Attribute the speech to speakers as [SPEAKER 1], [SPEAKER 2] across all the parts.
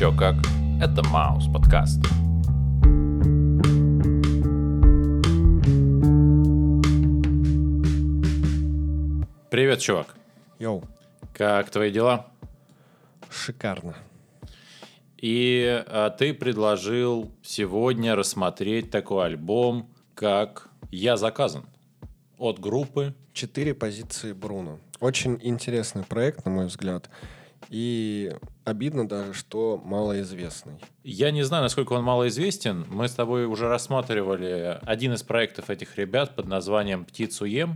[SPEAKER 1] Чё как? Это Маус подкаст. Привет, чувак.
[SPEAKER 2] Йоу.
[SPEAKER 1] Как твои дела?
[SPEAKER 2] Шикарно.
[SPEAKER 1] И ты предложил сегодня рассмотреть такой альбом, как «Я заказан» от группы
[SPEAKER 2] 4 позиции Бруно. Очень интересный проект, на мой взгляд. И обидно даже, что малоизвестный.
[SPEAKER 1] Я не знаю, насколько он малоизвестен. Мы с тобой уже рассматривали один из проектов этих ребят под названием «Птицу ем».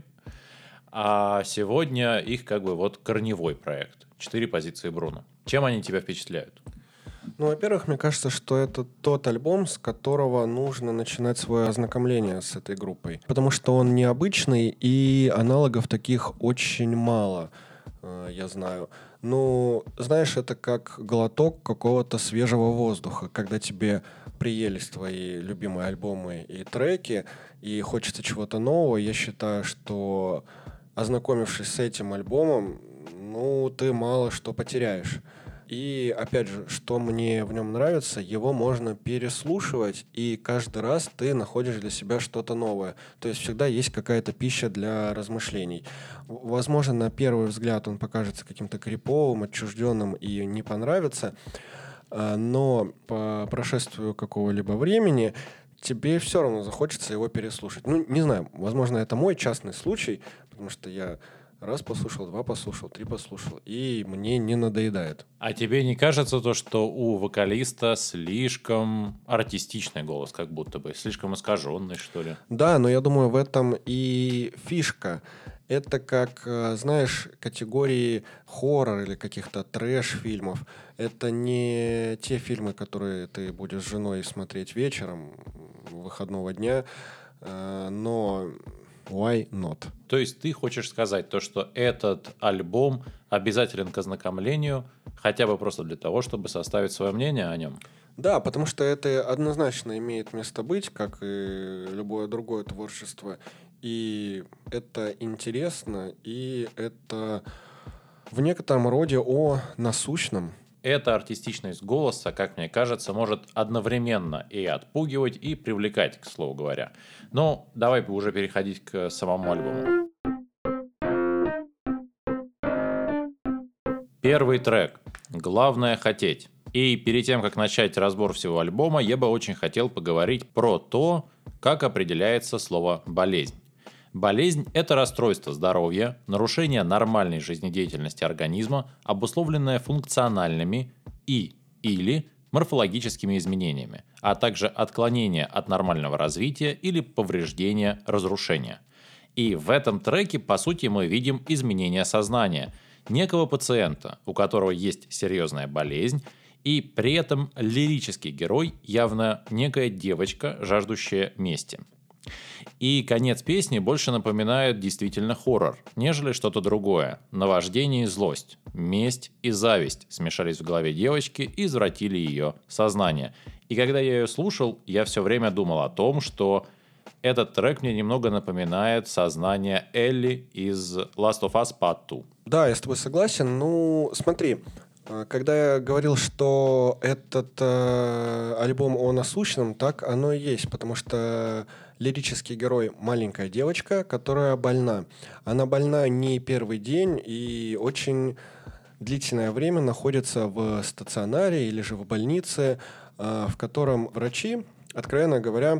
[SPEAKER 1] А сегодня их корневой проект. 4 позиции Бруно. Чем они тебя впечатляют?
[SPEAKER 2] Ну, во-первых, мне кажется, что это тот альбом, с которого нужно начинать свое ознакомление с этой группой. Потому что он необычный, и аналогов таких очень мало, я знаю. Ну, знаешь, это как глоток какого-то свежего воздуха, когда тебе приелись твои любимые альбомы и треки, и хочется чего-то нового. Я считаю, что, ознакомившись с этим альбомом, ну, ты мало что потеряешь. И, опять же, что мне в нем нравится, его можно переслушивать, и каждый раз ты находишь для себя что-то новое. То есть всегда есть какая-то пища для размышлений. Возможно, на первый взгляд он покажется каким-то криповым, отчужденным и не понравится, но по прошествию какого-либо времени тебе все равно захочется его переслушать. Ну, не знаю, возможно, это мой частный случай, потому что я раз послушал, два послушал, три послушал, и мне не надоедает.
[SPEAKER 1] А тебе не кажется то, что у вокалиста слишком артистичный голос, как будто бы? Слишком искаженный, что ли?
[SPEAKER 2] Да, но я думаю, в этом и фишка. Это как, знаешь, категории хоррор или каких-то трэш-фильмов. Это не те фильмы, которые ты будешь с женой смотреть вечером выходного дня, но why not?
[SPEAKER 1] То есть ты хочешь сказать то, что этот альбом обязателен к ознакомлению, хотя бы просто для того, чтобы составить свое мнение о нем?
[SPEAKER 2] Да, потому что это однозначно имеет место быть, как и любое другое творчество. И это интересно, и это в некотором роде о насущном.
[SPEAKER 1] Эта артистичность голоса, как мне кажется, может одновременно и отпугивать, и привлекать, к слову говоря. Но давай уже переходить к самому альбому. Первый трек «Главное хотеть». И перед тем, как начать разбор всего альбома, я бы очень хотел поговорить про то, как определяется слово «болезнь». Болезнь – это расстройство здоровья, нарушение нормальной жизнедеятельности организма, обусловленное функциональными или морфологическими изменениями, а также отклонение от нормального развития или повреждение, разрушение. И в этом треке, по сути, мы видим изменение сознания некого пациента, у которого есть серьезная болезнь, и при этом лирический герой явно некая девочка, жаждущая мести. И конец песни больше напоминает действительно хоррор, нежели что-то другое. Наваждение и злость, месть и зависть смешались в голове девочки и извратили ее сознание. И когда я ее слушал, я все время думал о том, что этот трек мне немного напоминает сознание Элли из Last of Us Part 2.
[SPEAKER 2] Да, я с тобой согласен. Ну, смотри, когда я говорил, что этот альбом о насущном, так оно и есть, потому что лирический герой маленькая девочка, которая больна. Она больна не первый день и очень длительное время находится в стационаре или же в больнице, в котором врачи, откровенно говоря,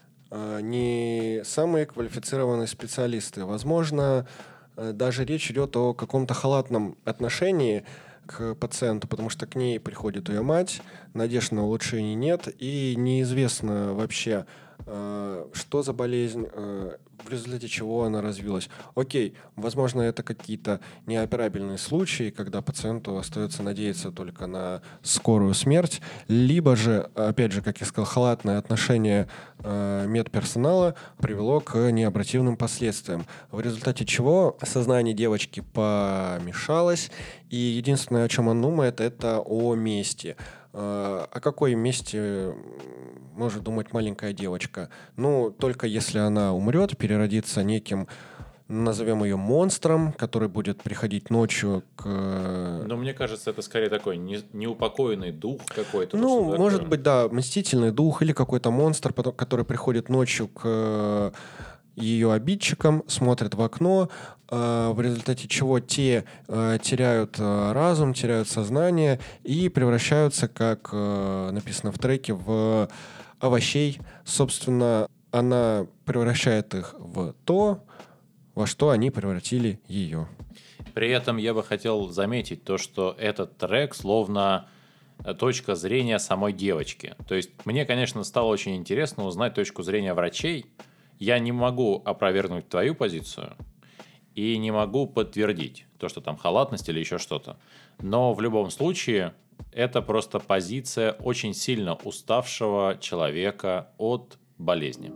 [SPEAKER 2] не самые квалифицированные специалисты. Возможно, даже речь идет о каком-то халатном отношении к пациенту, потому что к ней приходит ее мать, надежд на улучшение нет, и неизвестно вообще, что за болезнь, в результате чего она развилась. Окей, возможно, это какие-то неоперабельные случаи, когда пациенту остается надеяться только на скорую смерть, либо же, опять же, как я сказал, халатное отношение медперсонала привело к необратимым последствиям, в результате чего сознание девочки помешалось, и единственное, о чем он думает, это о мести. О какой мести может думать маленькая девочка? Ну, только если она умрет, переродится неким назовем ее монстром, который будет приходить ночью к...
[SPEAKER 1] Но мне кажется, это скорее такой неупокоенный дух какой-то.
[SPEAKER 2] Ну,
[SPEAKER 1] что
[SPEAKER 2] может
[SPEAKER 1] такое.
[SPEAKER 2] быть, да, мстительный дух или какой-то монстр, который приходит ночью к ее обидчикам, смотрит в окно, в результате чего те теряют разум, теряют сознание и превращаются, как написано в треке, в овощей. Собственно, она превращает их в то, во что они превратили ее.
[SPEAKER 1] При этом я бы хотел заметить то, что этот трек словно точка зрения самой девочки. То есть мне, конечно, стало очень интересно узнать точку зрения врачей. Я не могу опровергнуть твою позицию и не могу подтвердить то, что там халатность или еще что-то. Но в любом случае это просто позиция очень сильно уставшего человека от болезни.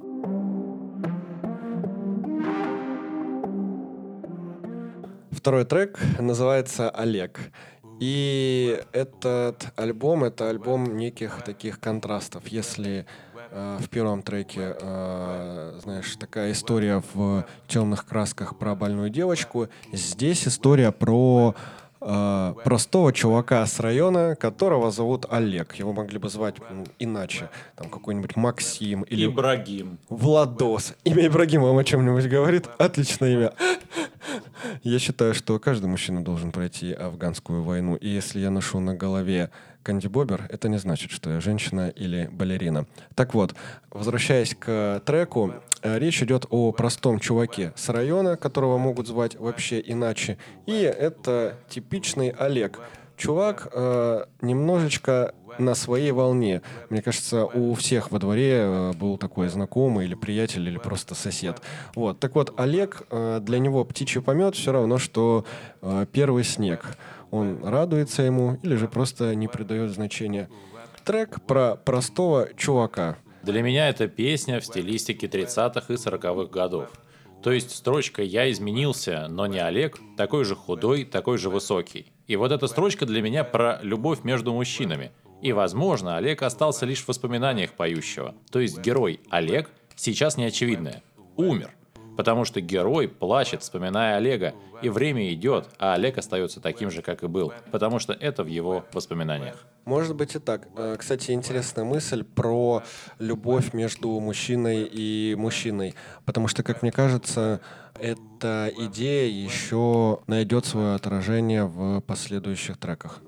[SPEAKER 2] Второй трек называется «Олег». И этот альбом — это альбом неких таких контрастов. Если в первом треке, знаешь, такая история в темных красках про больную девочку, здесь история про простого чувака с района, которого зовут Олег. Его могли бы звать иначе. Там какой-нибудь Максим или
[SPEAKER 1] Ибрагим.
[SPEAKER 2] Владос. Имя Ибрагим вам о чем-нибудь говорит? Отличное имя. Я считаю, что каждый мужчина должен пройти афганскую войну. И если я ношу на голове кандибобер, это не значит, что я женщина или балерина. Так вот, возвращаясь к треку, речь идет о простом чуваке с района, которого могут звать вообще иначе. И это типичный Олег. Чувак немножечко на своей волне. Мне кажется, у всех во дворе был такой знакомый или приятель, или просто сосед. Вот. Так вот, Олег, для него птичий помет все равно, что первый снег. Он радуется ему или же просто не придает значения. Трек про простого чувака.
[SPEAKER 1] Для меня это песня в стилистике 30-х и 40-х годов. То есть строчка «Я изменился, но не Олег» такой же худой, такой же высокий. И вот эта строчка для меня про любовь между мужчинами. И, возможно, Олег остался лишь в воспоминаниях поющего. То есть герой Олег сейчас неочевидное. Умер. Потому что герой плачет, вспоминая Олега, и время идет, а Олег остается таким же, как и был, потому что это в его воспоминаниях.
[SPEAKER 2] Может быть и так. Кстати, интересная мысль про любовь между мужчиной и мужчиной. Потому что, как мне кажется, эта идея еще найдет свое отражение в последующих треках.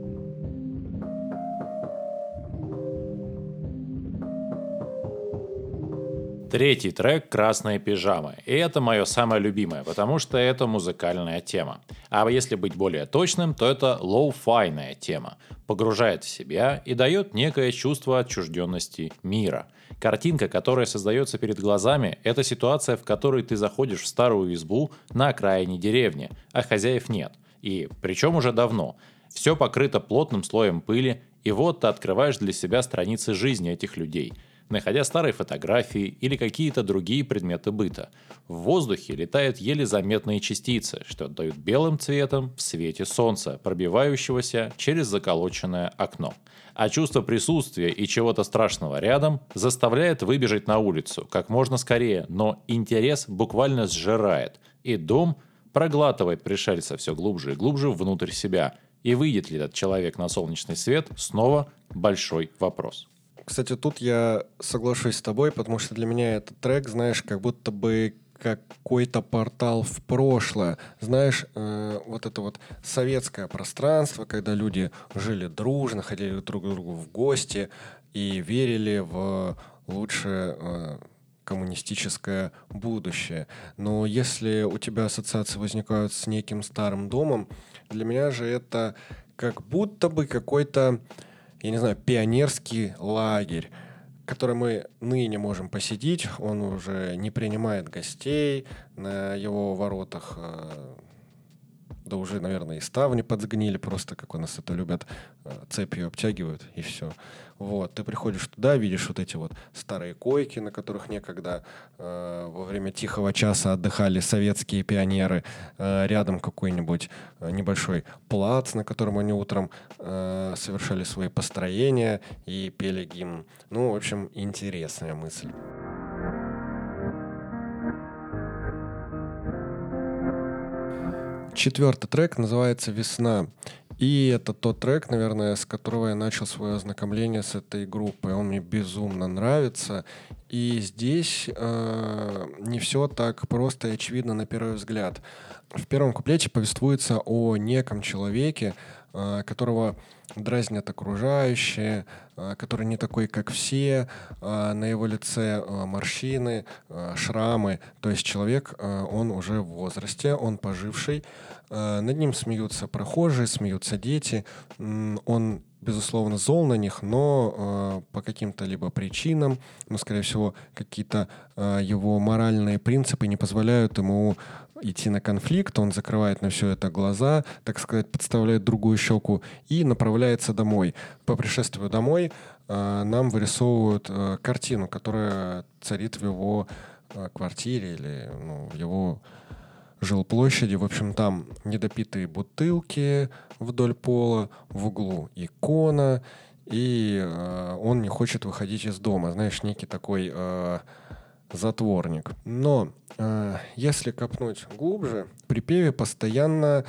[SPEAKER 1] Третий трек «Красные пижамы». И это мое самое любимое, потому что это музыкальная тема. А если быть более точным, то это лоу-файная тема. Погружает в себя и дает некое чувство отчужденности мира. Картинка, которая создается перед глазами, это ситуация, в которой ты заходишь в старую избу на окраине деревни, а хозяев нет. И причем уже давно. Все покрыто плотным слоем пыли, и вот ты открываешь для себя страницы жизни этих людей – находя старые фотографии или какие-то другие предметы быта. В воздухе летают еле заметные частицы, что отдают белым цветом в свете солнца, пробивающегося через заколоченное окно. А чувство присутствия и чего-то страшного рядом заставляет выбежать на улицу как можно скорее, но интерес буквально сжирает, и дом проглатывает пришельца все глубже и глубже внутрь себя. И выйдет ли этот человек на солнечный свет, снова большой вопрос.
[SPEAKER 2] Кстати, тут я соглашусь с тобой, потому что для меня этот трек, знаешь, как будто бы какой-то портал в прошлое. Знаешь, вот это вот советское пространство, когда люди жили дружно, ходили друг к другу в гости и верили в лучшее коммунистическое будущее. Но если у тебя ассоциации возникают с неким старым домом, для меня же это как будто бы какой-то, я не знаю, пионерский лагерь, который мы ныне можем посетить. Он уже не принимает гостей, на его воротах да уже, наверное, и ставни подсгнили, просто как у нас это любят, цепью обтягивают, и все. Вот, ты приходишь туда, видишь вот эти вот старые койки, на которых некогда во время тихого часа отдыхали советские пионеры, рядом какой-нибудь небольшой плац, на котором они утром совершали свои построения и пели гимн. Ну, в общем, интересная мысль. 4-й трек называется «Весна». И это тот трек, наверное, с которого я начал свое ознакомление с этой группой. Он мне безумно нравится. И здесь не все так просто и очевидно на первый взгляд. В первом куплете повествуется о неком человеке, которого дразнят окружающие, который не такой, как все, на его лице морщины, шрамы. То есть человек, он уже в возрасте, он поживший, над ним смеются прохожие, смеются дети, он, безусловно, зол на них, но по каким-то либо причинам, но, скорее всего, какие-то его моральные принципы не позволяют ему идти на конфликт, он закрывает на все это глаза, так сказать, подставляет другую щеку и направляется домой. По пришествию домой нам вырисовывают картину, которая царит в его квартире или в его жилплощади. В общем, там недопитые бутылки вдоль пола, в углу икона, и он не хочет выходить из дома. Знаешь, некий такой затворник. Но если копнуть глубже, в припеве постоянно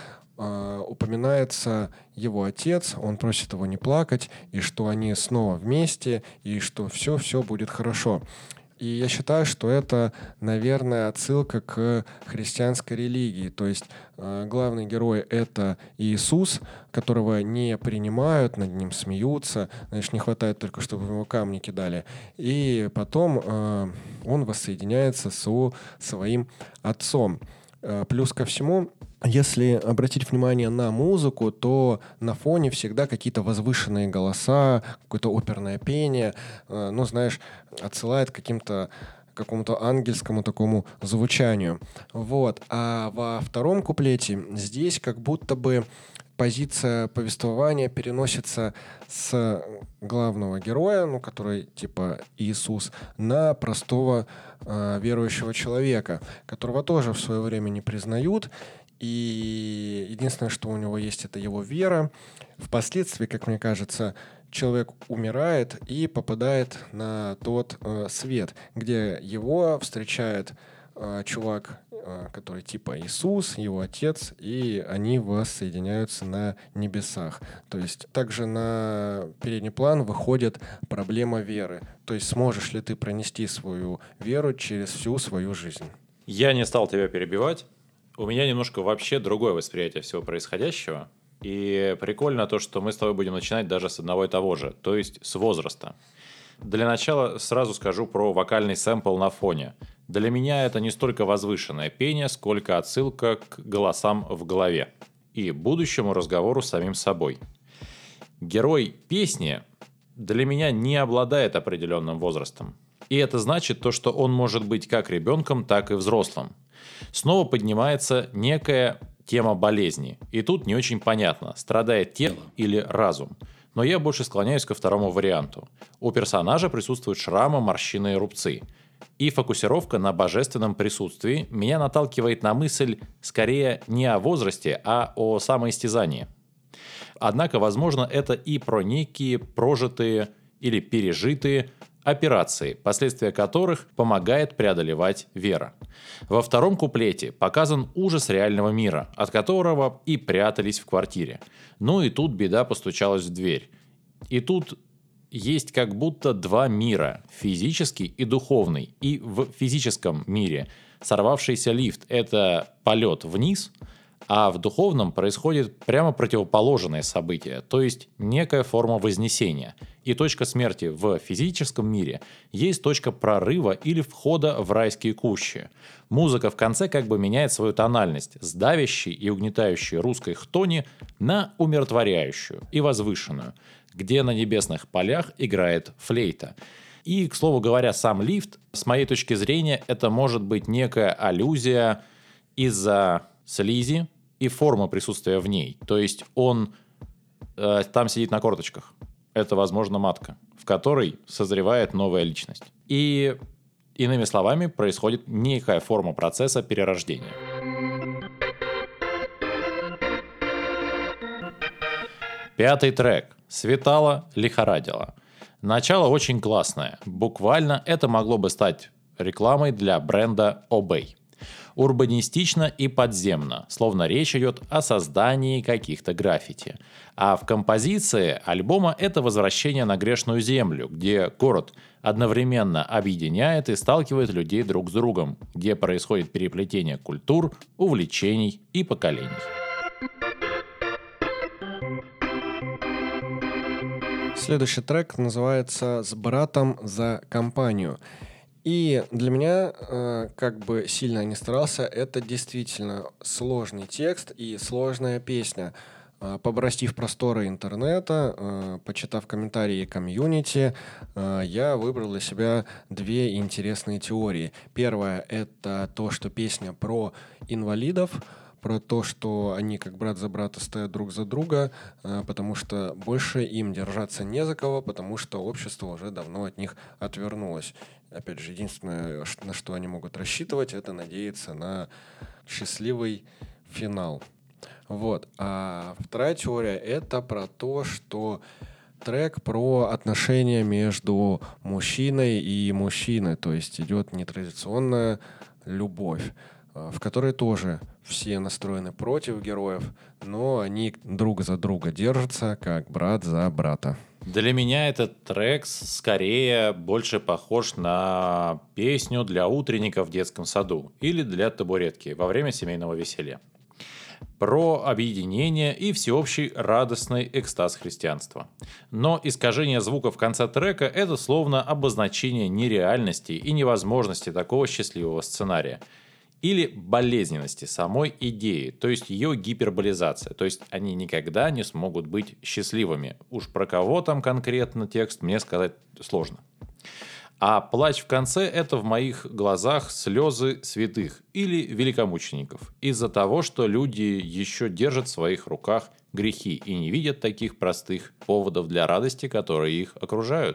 [SPEAKER 2] упоминается его отец, он просит его не плакать, и что они снова вместе, и что все будет хорошо. И я считаю, что это, наверное, отсылка к христианской религии. То есть главный герой — это Иисус, которого не принимают, над ним смеются. Знаешь, не хватает только, чтобы его камни кидали. И потом он воссоединяется со своим отцом. Плюс ко всему, если обратить внимание на музыку, то на фоне всегда какие-то возвышенные голоса, какое-то оперное пение, знаешь, отсылает к какому-то ангельскому такому звучанию. Вот. А во втором куплете здесь как будто бы позиция повествования переносится с главного героя, который типа Иисус, на простого верующего человека, которого тоже в свое время не признают. И единственное, что у него есть, это его вера. Впоследствии, как мне кажется, человек умирает и попадает на тот свет, где его встречает чувак, который типа Иисус, его отец, и они воссоединяются на небесах. То есть также на передний план выходит проблема веры. То есть сможешь ли ты пронести свою веру через всю свою жизнь?
[SPEAKER 1] Я не стал тебя перебивать. У меня немножко вообще другое восприятие всего происходящего. И прикольно то, что мы с тобой будем начинать даже с одного и того же, то есть с возраста. Для начала сразу скажу про вокальный сэмпл на фоне. Для меня это не столько возвышенное пение, сколько отсылка к голосам в голове и будущему разговору с самим собой. Герой песни для меня не обладает определенным возрастом. И это значит то, что он может быть как ребенком, так и взрослым. Снова поднимается некая тема болезни. И тут не очень понятно, страдает тело или разум. Но я больше склоняюсь ко второму варианту. У персонажа присутствуют шрамы, морщины и рубцы. И фокусировка на божественном присутствии меня наталкивает на мысль скорее не о возрасте, а о самоистязании. Однако, возможно, это и про некие прожитые или пережитые операции, последствия которых помогает преодолевать вера. Во втором куплете показан ужас реального мира, от которого и прятались в квартире. Ну и тут беда постучалась в дверь. И тут есть как будто два мира, физический и духовный. И в физическом мире сорвавшийся лифт – это полет вниз, а в духовном происходит прямо противоположное событие, то есть некая форма вознесения. И точка смерти в физическом мире есть точка прорыва или входа в райские кущи. Музыка в конце как бы меняет свою тональность с давящей и угнетающей русской хтони на умиротворяющую и возвышенную, где на небесных полях играет флейта. И, к слову говоря, сам лифт, с моей точки зрения, это может быть некая аллюзия из-за слизи и формы присутствия в ней. То есть он там сидит на корточках. Это, возможно, матка, в которой созревает новая личность. И, иными словами, происходит некая форма процесса перерождения. Пятый трек. «Светало, лихорадило». Начало очень классное. Буквально это могло бы стать рекламой для бренда Obey. Урбанистично и подземно, словно речь идет о создании каких-то граффити. А в композиции альбома это возвращение на грешную землю, где город одновременно объединяет и сталкивает людей друг с другом, где происходит переплетение культур, увлечений и поколений.
[SPEAKER 2] Следующий трек называется «С братом за компанию». И для меня, как бы сильно я ни старался, это действительно сложный текст и сложная песня. Побростив просторы интернета, почитав комментарии комьюнити, я выбрал для себя две интересные теории. Первая — это то, что песня про инвалидов, про то, что они как брат за брата стоят друг за друга, потому что больше им держаться не за кого, потому что общество уже давно от них отвернулось. Опять же, единственное, на что они могут рассчитывать, это надеяться на счастливый финал. Вот. А вторая теория — это про то, что трек про отношения между мужчиной и мужчиной, то есть идет нетрадиционная любовь, в которой тоже все настроены против героев, но они друг за друга держатся, как брат за брата.
[SPEAKER 1] Для меня этот трек скорее больше похож на песню для утренника в детском саду или для табуретки во время семейного веселья. Про объединение и всеобщий радостный экстаз христианства. Но искажение звука в конце трека – это словно обозначение нереальности и невозможности такого счастливого сценария. Или болезненности самой идеи, то есть ее гиперболизация. То есть они никогда не смогут быть счастливыми. Уж про кого там конкретно текст мне сказать сложно. А плач в конце – это в моих глазах слезы святых или великомучеников. Из-за того, что люди еще держат в своих руках грехи и не видят таких простых поводов для радости, которые их окружают.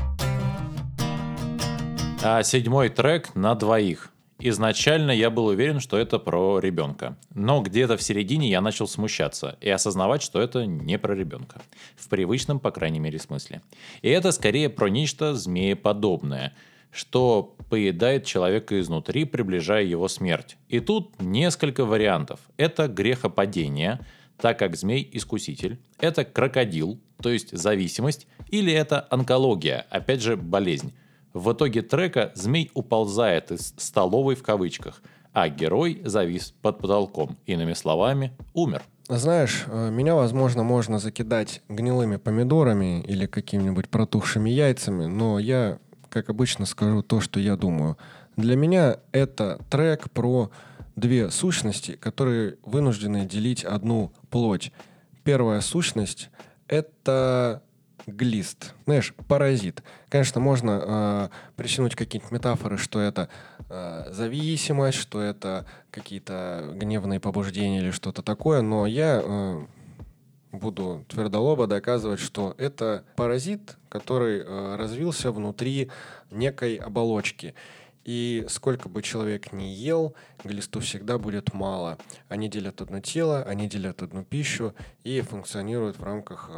[SPEAKER 1] А седьмой трек «На двоих». Изначально я был уверен, что это про ребенка. Но где-то в середине я начал смущаться и осознавать, что это не про ребенка. В привычном, по крайней мере, смысле. И это скорее про нечто змееподобное, что поедает человека изнутри, приближая его смерть. И тут несколько вариантов. Это грехопадение, так как змей-искуситель. Это крокодил, то есть зависимость. Или это онкология, опять же болезнь. В итоге трека змей уползает из «столовой» в кавычках, а герой завис под потолком. Иными словами, умер.
[SPEAKER 2] Знаешь, меня, возможно, можно закидать гнилыми помидорами или какими-нибудь протухшими яйцами, но я, как обычно, скажу то, что я думаю. Для меня это трек про две сущности, которые вынуждены делить одну плоть. Первая сущность — это глист, знаешь, паразит. Конечно, можно причинить какие-то метафоры, что это зависимость, что это какие-то гневные побуждения или что-то такое, но я буду твердолобо доказывать, что это паразит, который развился внутри некой оболочки. И сколько бы человек ни ел, глисту всегда будет мало. Они делят одно тело, они делят одну пищу и функционируют в рамках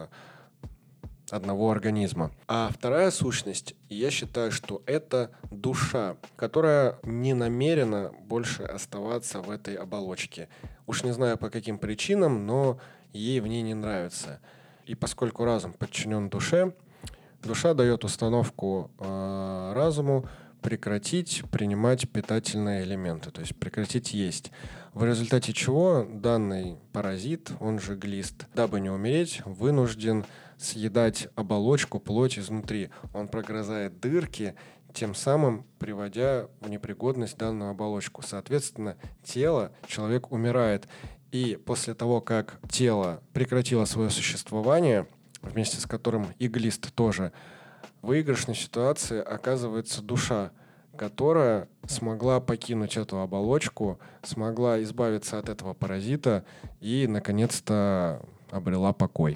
[SPEAKER 2] одного организма. А вторая сущность, я считаю, что это душа, которая не намерена больше оставаться в этой оболочке. Уж не знаю по каким причинам, но ей в ней не нравится. И поскольку разум подчинен душе, душа дает установку разуму прекратить принимать питательные элементы, то есть прекратить есть. В результате чего данный паразит, он же глист, дабы не умереть, вынужден съедать оболочку, плоть изнутри. Он прогрызает дырки, тем самым приводя в непригодность данную оболочку. Соответственно, человек умирает. И после того, как тело прекратило свое существование, вместе с которым и глист тоже, в выигрышной ситуации оказывается душа, которая смогла покинуть эту оболочку, смогла избавиться от этого паразита и, наконец-то, обрела покой.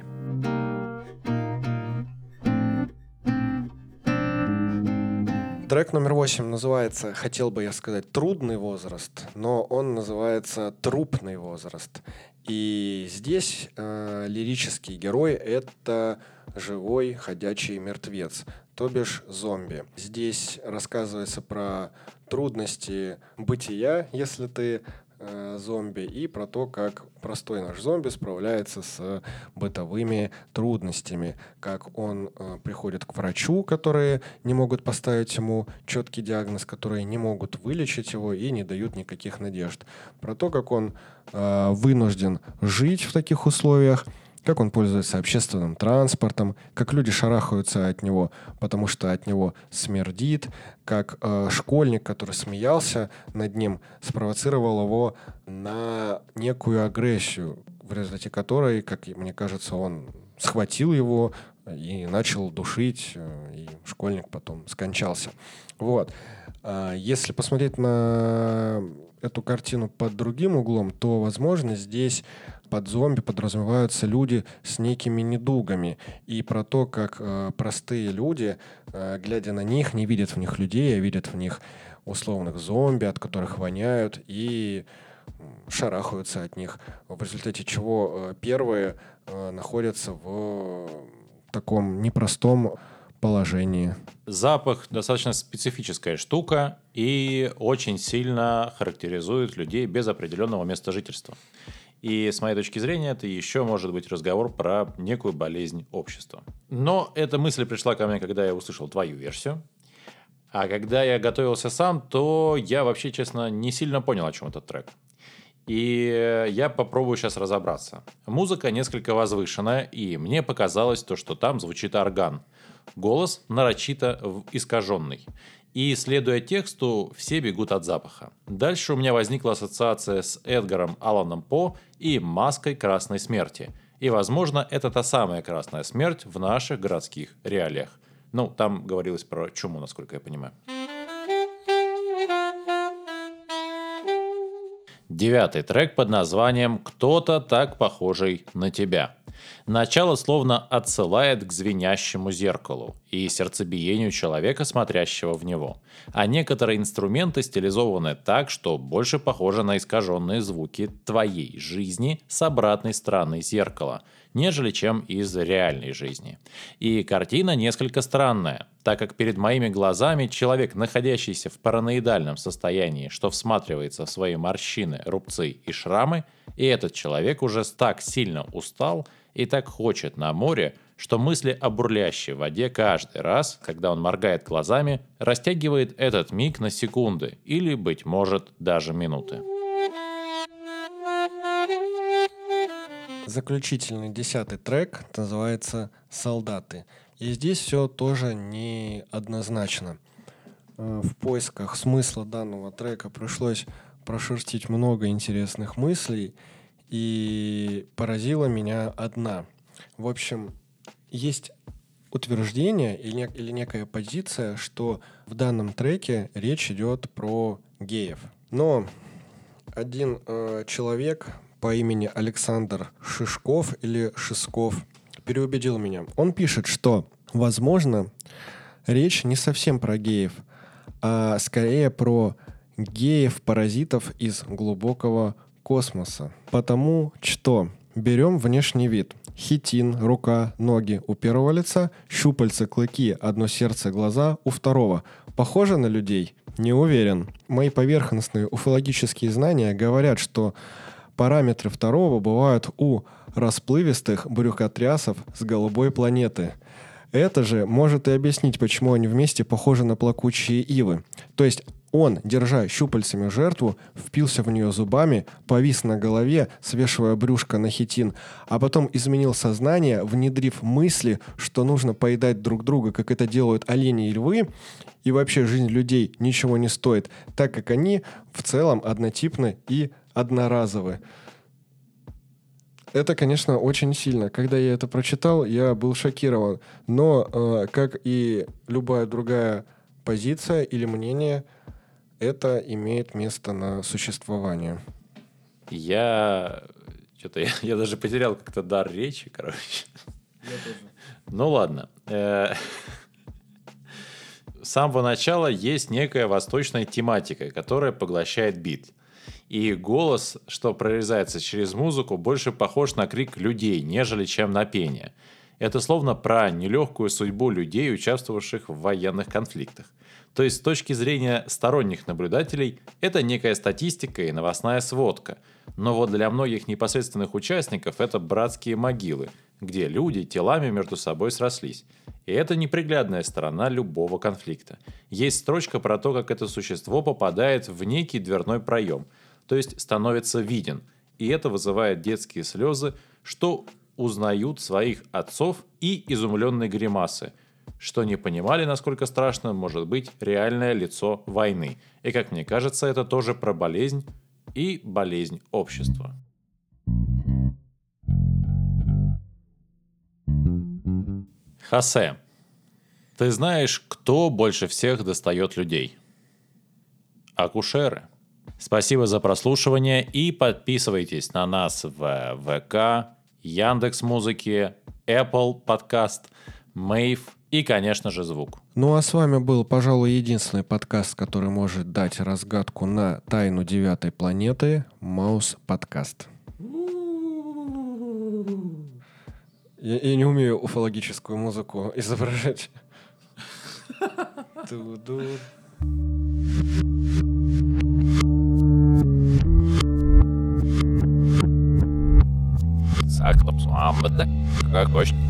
[SPEAKER 2] Трек номер 8 называется, хотел бы я сказать, «Трудный возраст», но он называется «Трупный возраст». И здесь лирический герой — это живой ходячий мертвец. то бишь зомби. Здесь рассказывается про трудности бытия, если ты зомби, и про то, как простой наш зомби справляется с бытовыми трудностями, как он приходит к врачу, которые не могут поставить ему четкий диагноз, которые не могут вылечить его и не дают никаких надежд, про то, как он вынужден жить в таких условиях, как он пользуется общественным транспортом, как люди шарахаются от него, потому что от него смердит, как школьник, который смеялся над ним, спровоцировал его на некую агрессию, в результате которой, как мне кажется, он схватил его и начал душить, и школьник потом скончался. Вот. Если посмотреть на эту картину под другим углом, то, возможно, здесь под зомби подразумеваются люди с некими недугами. И про то, как простые люди, глядя на них, не видят в них людей, а видят в них условных зомби, от которых воняют, и шарахаются от них. В результате чего первые находятся в таком непростом положении.
[SPEAKER 1] Запах достаточно специфическая штука и очень сильно характеризует людей без определенного места жительства. И с моей точки зрения, это еще может быть разговор про некую болезнь общества. Но эта мысль пришла ко мне, когда я услышал твою версию. А когда я готовился сам, то я вообще, честно, не сильно понял, о чем этот трек. И я попробую сейчас разобраться. Музыка несколько возвышенная, и мне показалось то, что там звучит орган. Голос нарочито искаженный. И, следуя тексту, все бегут от запаха. Дальше у меня возникла ассоциация с Эдгаром Алланом По и маской красной смерти. И, возможно, это та самая красная смерть в наших городских реалиях. Ну, там говорилось про чуму, насколько я понимаю. 9-й трек под названием «Кто-то так похожий на тебя». Начало словно отсылает к звенящему зеркалу и сердцебиению человека, смотрящего в него. А некоторые инструменты стилизованы так, что больше похоже на искаженные звуки твоей жизни с обратной стороны зеркала, нежели чем из реальной жизни. И картина несколько странная, так как перед моими глазами человек, находящийся в параноидальном состоянии, что всматривается в свои морщины, рубцы и шрамы, и этот человек уже так сильно устал и так хочет на море, что мысли о бурлящей воде каждый раз, когда он моргает глазами, растягивает этот миг на секунды или, быть может, даже минуты.
[SPEAKER 2] Заключительный 10-й трек называется «Солдаты». И здесь все тоже неоднозначно. В поисках смысла данного трека пришлось прошерстить много интересных мыслей, и поразила меня одна. В общем, есть утверждение или некая позиция, что в данном треке речь идет про геев. Но один человек по имени Александр Шишков или Шисков переубедил меня. Он пишет, что, возможно, речь не совсем про геев, а скорее про геев-паразитов из глубокого космоса. Потому что берем внешний вид. Хитин, рука, ноги у первого лица, щупальца, клыки, одно сердце, глаза у второго. Похоже на людей? Не уверен. Мои поверхностные уфологические знания говорят, что параметры второго бывают у расплывистых брюхотрясов с голубой планеты. Это же может и объяснить, почему они вместе похожи на плакучие ивы. То есть он, держа щупальцами жертву, впился в нее зубами, повис на голове, свешивая брюшко на хитин, а потом изменил сознание, внедрив мысли, что нужно поедать друг друга, как это делают олени и львы, и вообще жизнь людей ничего не стоит, так как они в целом однотипны и одноразовы. Это, конечно, очень сильно. Когда я это прочитал, я был шокирован. Но, как и любая другая позиция или мнение, это имеет место на существование.
[SPEAKER 1] Я даже потерял как-то дар речи, короче.
[SPEAKER 2] Я тоже.
[SPEAKER 1] Ну ладно. С самого начала есть некая восточная тематика, которая поглощает бит. И голос, что прорезается через музыку, больше похож на крик людей, нежели чем на пение. Это словно про нелегкую судьбу людей, участвовавших в военных конфликтах. То есть с точки зрения сторонних наблюдателей это некая статистика и новостная сводка. Но вот для многих непосредственных участников это братские могилы, где люди телами между собой срослись. И это неприглядная сторона любого конфликта. Есть строчка про то, как это существо попадает в некий дверной проем, то есть становится виден. И это вызывает детские слезы, что узнают своих отцов и изумленные гримасы, что не понимали, насколько страшно может быть реальное лицо войны. И, как мне кажется, это тоже про болезнь и болезнь общества. Хосе, ты знаешь, кто больше всех достает людей? Акушеры. Спасибо за прослушивание и подписывайтесь на нас в ВК, Яндекс.Музыке, Apple Podcast, Mave и, конечно же, Звук.
[SPEAKER 2] Ну а с вами был, пожалуй, единственный подкаст, который может дать разгадку на тайну 9-й планеты — Маус Подкаст. Я не умею уфологическую музыку изображать.
[SPEAKER 1] Как хочешь.